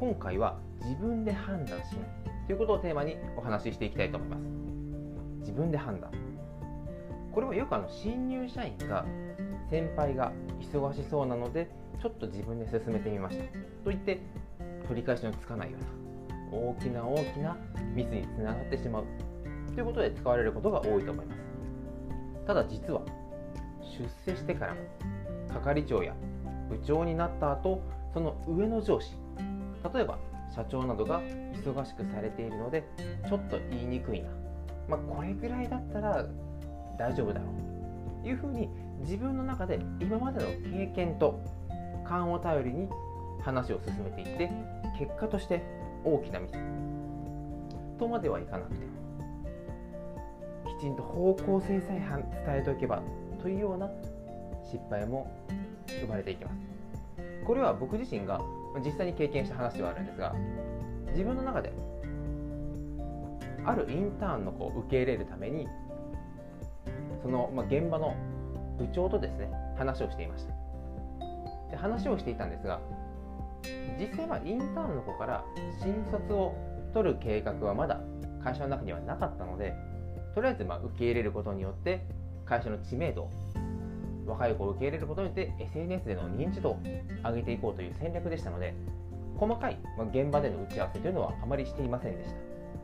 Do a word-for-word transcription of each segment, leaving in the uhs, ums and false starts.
今回は自分で判断しないということをテーマにお話ししていきたいと思います。自分で判断、これはよくあの新入社員が先輩が忙しそうなのでちょっと自分で進めてみましたと言って取り返しのつかないような大きな大きなミスにつながってしまうということで使われることが多いと思います。ただ実は出世してからも係長や部長になった後、その上の上司、例えば社長などが忙しくされているのでちょっと言いにくいな、まあ、これぐらいだったら大丈夫だろうというふうに自分の中で今までの経験と勘を頼りに話を進めていって、結果として大きなミスとまではいかなくてもきちんと方向性さえ伝えておけばというような失敗も生まれていきます。これは僕自身が実際に経験した話ではあるんですが、自分の中であるインターンの子を受け入れるためにその、まあ、現場の部長とですね話をしていました。で話をしていたんですが、実際はインターンの子から新卒を取る計画はまだ会社の中にはなかったので、とりあえずまあ受け入れることによって会社の知名度、若い子を受け入れることによって エスエヌエス での認知度を上げていこうという戦略でしたので、細かい現場での打ち合わせというのはあまりしていませんでした。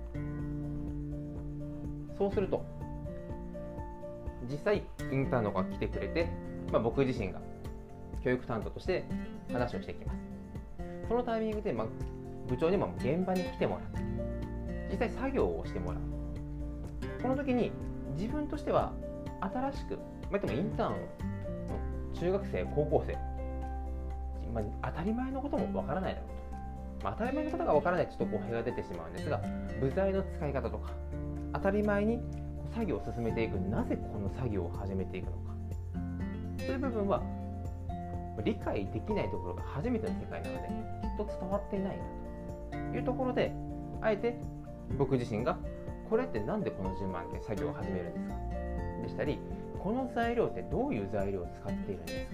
そうすると実際インターンの子が来てくれて、まあ、僕自身が教育担当として話をしていきます。そのタイミングで、まあ、部長にも現場に来てもらう、実際作業をしてもらう。この時に自分としては新しく、まあ、でもインターンの中学生高校生、まあ、当たり前のこともわからないだろうと、まあ、当たり前のことがわからないとちょっと語弊が出てしまうんですが、部材の使い方とか当たり前に作業を進めていく、なぜこの作業を始めていくのかという部分は理解できないところが初めての世界なのできっと伝わっていないなというところで、あえて僕自身がこれってなんでこの順番で作業を始めるんですかでしたり、この材料ってどういう材料を使っているんですか、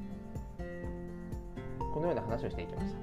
このような話をしていきました。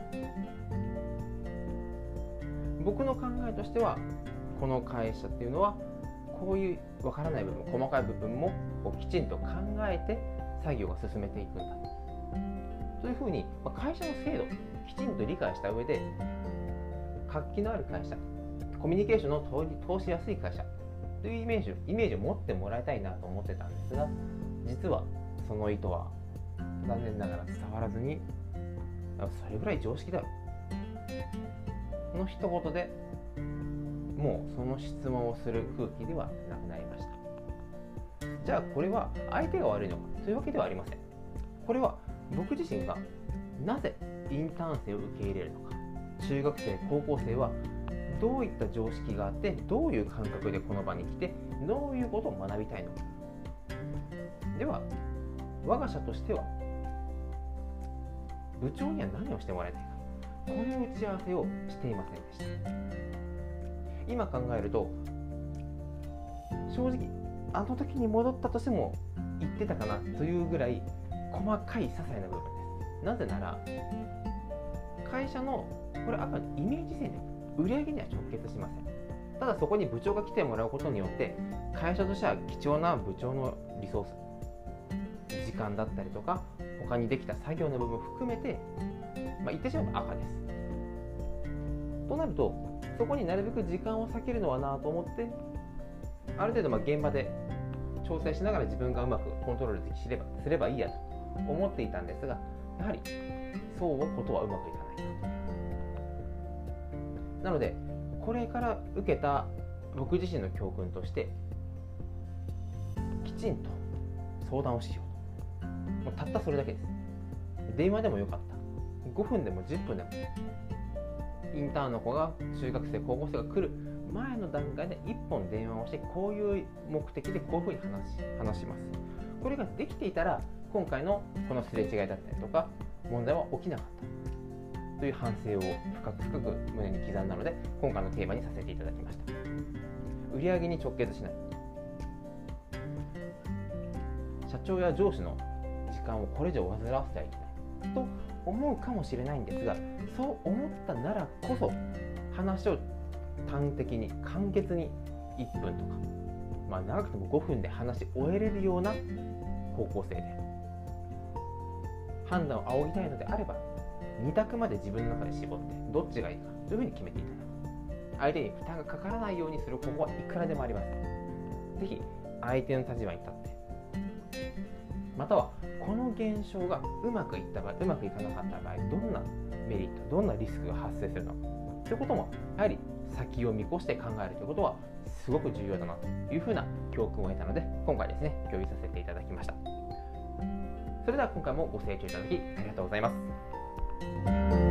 僕の考えとしては、この会社っていうのはこういうわからない部分、細かい部分もきちんと考えて作業が進めていくんだというふうに、会社の制度をきちんと理解した上で、活気のある会社、コミュニケーションの通しやすい会社というイメージ、イメージを持ってもらいたいなと思ってたんですが、実はその意図は残念ながら伝わらずに、それぐらい常識だろの一言でもうその質問をする空気ではなくなりました。じゃあこれは相手が悪いのかというわけではありません。これは僕自身がなぜインターン生を受け入れるのか、中学生高校生はどういった常識があって、どういう感覚でこの場に来てどういうことを学びたいのか。では我が社としては部長には何をしてもらいたいか、この打ち合わせをしていませんでした。今考えると正直あの時に戻ったとしても言ってたかなというぐらい細かい些細な部分です。なぜなら会社のこれあくまでイメージ戦略、売上には直結しません。ただそこに部長が来てもらうことによって会社としては貴重な部長のリソース、時間だったりとか他にできた作業の部分を含めて、まあ、言ってしまえば赤です。となるとそこになるべく時間を避けるのはなと思って、ある程度まあ現場で調整しながら自分がうまくコントロールすればすればいいやと思っていたんですが、やはりそうはことはうまくいかないなので、これから受けた僕自身の教訓として、きちんと相談をしようと。もうたったそれだけです。電話でもよかった、ごふんでもじゅっぷんでも、インターンの子が中学生高校生が来る前の段階でいっぽん電話をして、こういう目的でこういうふうに話し、話します。これができていたら今回のこのすれ違いだったりとか問題は起きなかったという反省を深く深く胸に刻んだので、今回のテーマにさせていただきました。売上に直結しない、社長や上司の時間をこれ以上煩わせてはいけない、 と思うかもしれないんですが、そう思ったならこそ話を端的に簡潔にいっぷんとか、まあ、長くてもごふんで話し終えれるような方向性で判断を仰ぎたいのであれば、に択まで自分の中で絞ってどっちがいいかというふうに決めていただく。相手に負担がかからないようにする方法はいくらでもあります。ぜひ相手の立場に立って、またはこの現象がうまくいった場合、うまくいかなかった場合、どんなメリット、どんなリスクが発生するのかということも、やはり先を見越して考えるということはすごく重要だなというふうな教訓を得たので、今回ですね、共有させていただきました。それでは今回もご清聴いただきありがとうございます。